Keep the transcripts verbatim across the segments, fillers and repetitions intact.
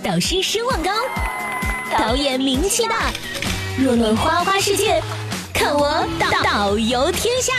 导师申万高，导演名气大。若论花花世界，看我导导游天下。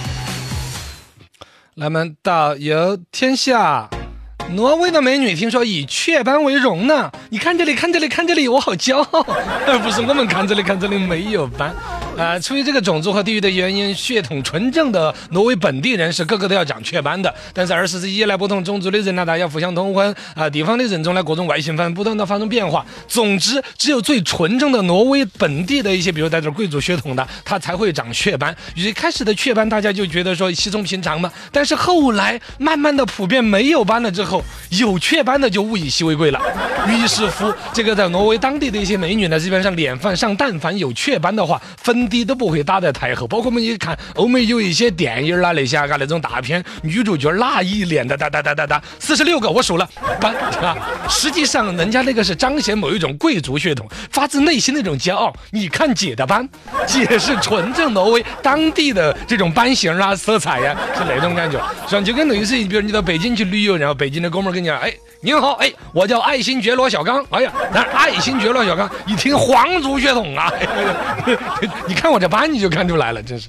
来，我们导游天下。挪威的美女听说以雀斑为荣呢，你看这里，看这里，看这里，我好骄傲。不是我们看这里，看这里没有斑。呃，出于这个种族和地域的原因，血统纯正的挪威本地人是个个都要长雀斑的。但是二十世纪以来，不同种族的人呢，大家互相通婚啊、呃，地方的人中呢，各种外形分不断的发生变化。总之，只有最纯正的挪威本地的一些，比如带着贵族血统的，它才会长雀斑。一开始的雀斑，大家就觉得说稀松平常嘛。但是后来慢慢的普遍没有斑了之后，有雀斑的就物以稀为贵了。于是乎，这个在挪威当地的一些美女呢，基本上脸饭上但凡有雀斑的话，粉底都不会打在太后。包括我们一看欧美有一些电影啦，那些啊那种大片，女主角那一脸的哒哒哒哒哒四十六个我数了斑啊，实际上人家那个是彰显某一种贵族血统，发自内心那种骄傲。你看姐的斑，姐是纯正挪威当地的这种斑型啊、色彩呀、啊，是那种感觉。所以就跟类似，比如你到北京去旅游，然后北京的哥们儿跟你讲，哎，您好，哎，我叫爱新觉罗小刚，哎呀，那爱新觉罗小刚，一听皇族血统啊，你看我这斑你就看出来了，真是。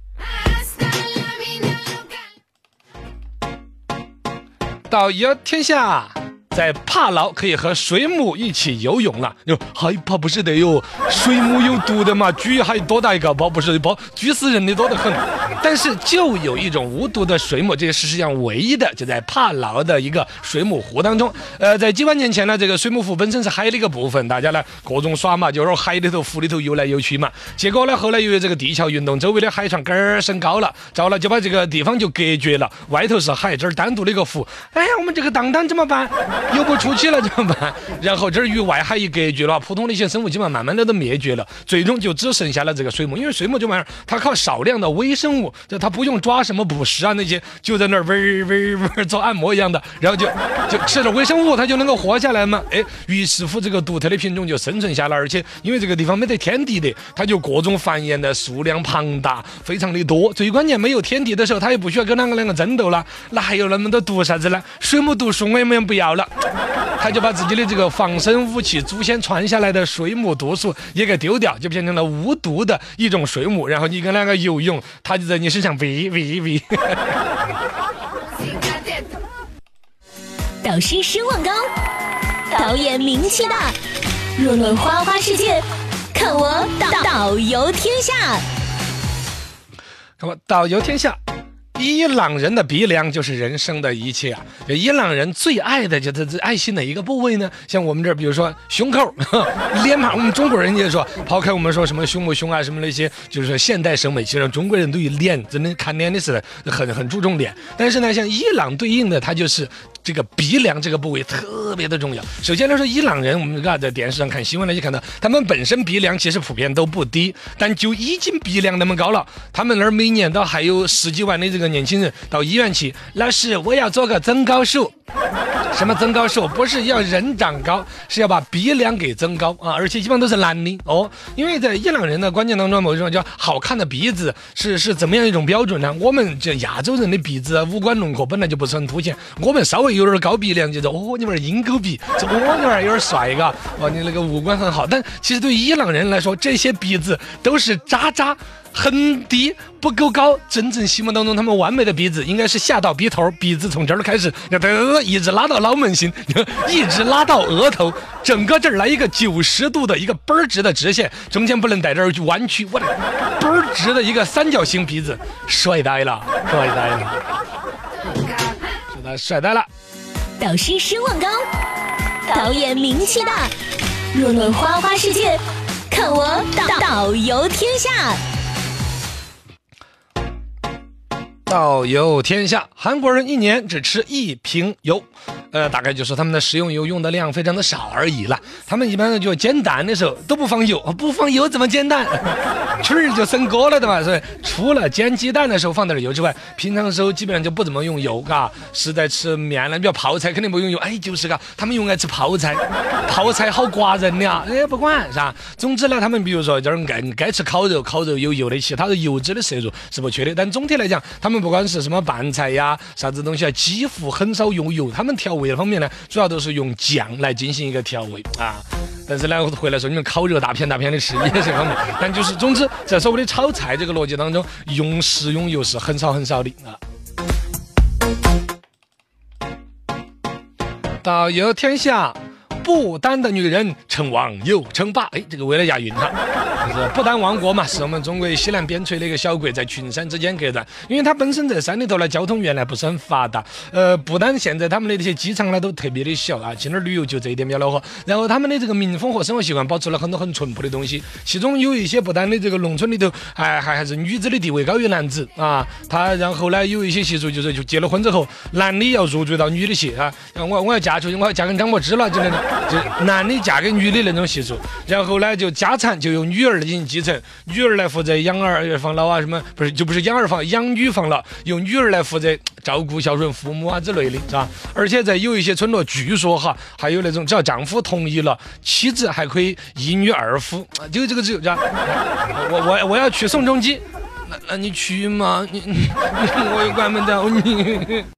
导游天下。在帕劳可以和水母一起游泳了，就害怕不是得有水母有毒的嘛？蛆还多大一个包，不是包蛆死人的多得很。但是就有一种无毒的水母，这个是世界上唯一的，就在帕劳的一个水母湖当中。呃，在几万年前呢，这个水母湖本身是海的一个部分，大家呢各种耍嘛，就是海里头、湖里头游来游去嘛。结果呢，后来由于这个地壳运动，周围的海床根儿升高了，着了就把这个地方就隔绝了，外头是海，这儿单独的一个湖。哎呀，我们这个当当怎么办？游不出去了怎么办？然后这儿与外海一隔绝了，普通的一些生物基本上慢慢的都灭绝了，最终就只剩下了这个水母。因为水母这玩意儿，它靠少量的微生物，就它不用抓什么捕食啊那些，就在那儿喂喂喂做按摩一样的，然后就就吃了微生物，它就能够活下来嘛。哎，于是乎这个独特的品种就生存下来，而且因为这个地方没得天敌的，它就各种繁衍的数量庞大，非常的多。最关键没有天敌的时候，它也不需要跟两个两个争斗了，那还有那么多毒啥子呢？水母毒素我们不要了。他就把自己的这个防身武器，祖先传下来的水母毒素也给丢掉，就变成了无毒的一种水母。然后你跟两个游泳，它就在你身上喂喂喂。 导师申万高，导演名气大。若论花花世界，看我导导游天下。 看我导游天下。伊朗人的鼻梁就是人生的一切啊！伊朗人最爱的就是爱惜哪一个部位呢？像我们这儿，比如说胸口、脸庞，我们中国人也说，抛开我们说什么胸不胸啊，什么那些，就是说现代审美，其实中国人对于脸真的看脸的是很很注重脸。但是呢，像伊朗对应的，它就是这个鼻梁这个部位特别的重要。首先来说，伊朗人，我们在电视上看新闻呢，就看到他们本身鼻梁其实普遍都不低，但就已经鼻梁那么高了，他们那儿每年都还有十几万的这个年轻人到医院去，老师我要做个增高术。什么增高术？不是要人长高，是要把鼻梁给增高啊！而且基本上都是男的哦，因为在伊朗人的观念当中，某一种叫好看的鼻子是是怎么样一种标准呢？我们这亚洲人的鼻子啊，五官轮廓本来就不是很凸显，我们稍微有点高鼻梁，就说哦，你们鹰钩鼻，这哦，你们有点帅嘎，哦，你那个五官很好。但其实对于伊朗人来说，这些鼻子都是渣渣。很低，不够高。真正心目当中他们完美的鼻子应该是下到鼻头，鼻子从这儿开始一直拉到脑门心，一直拉到额头，整个这儿来一个九十度的一个倍儿直的直线，中间不能在这儿去弯曲，我的倍儿直的一个三角形鼻子，帅呆了，帅呆了，是的，帅呆了。 导师申万高，导演名气大。若论花花世界，看我导导游天下。 导游天下，韩国人一年只吃一瓶油，呃，大概就是他们的食用油用的量非常的少而已了。他们一般就煎蛋的时候都不放油，不放油怎么煎蛋？吃儿就生锅了的嘛。所以除了煎鸡蛋的时候放点油之外，平常的时候基本上就不怎么用油，嘎。是在吃面了，比如泡菜肯定不用油，哎，就是嘎，他们用来吃泡菜，泡菜好刮人的啊，哎，不管是吧？总之呢，他们比如说这儿该该吃烤肉，烤肉有油的，其他的油脂的摄入是不缺的。但总体来讲，他们不管是什么拌菜呀、啥子东西啊，几乎很少用油，他们调味味方面呢，主要都是用酱来进行一个调味啊。但是呢，回来说你们烤肉大片大片的吃也是方面，但就是总之在所谓的炒菜这个逻辑当中，用食用油是很少很少的啊。导游天下，不丹的女人称王又称霸，哎，这个为了押韵哈，就是不丹王国嘛，是我们中国西南边陲的一个小国，在群山之间隔断。因为它本身在山里头呢，交通原来不是很发达，呃，不丹现在他们的这些机场呢都特别的小啊，去那儿旅游就这一点比较恼火。然后他们的这个民风和生活习惯保持了很多很淳朴的东西，其中有一些不丹的这个农村里头，还还还是女子的地位高于男子啊。他然后呢有一些习俗就是就结了婚之后，男的要入赘到女的去啊，我我要嫁出去，我要嫁给张柏芝了，就那种。就男的嫁给女的那种习俗，然后呢，就家产就由女儿进行继承，女儿来负责养儿防老啊，什么不是就不是养儿防养女防老，由女儿来负责照顾孝顺父母啊之类的，是吧？而且在有一些村落，据说哈，还有那种只要丈夫同意了，妻子还可以一女二夫，就这个只有这样。我我我要娶宋仲基，那那你娶嘛，你我也管不到你。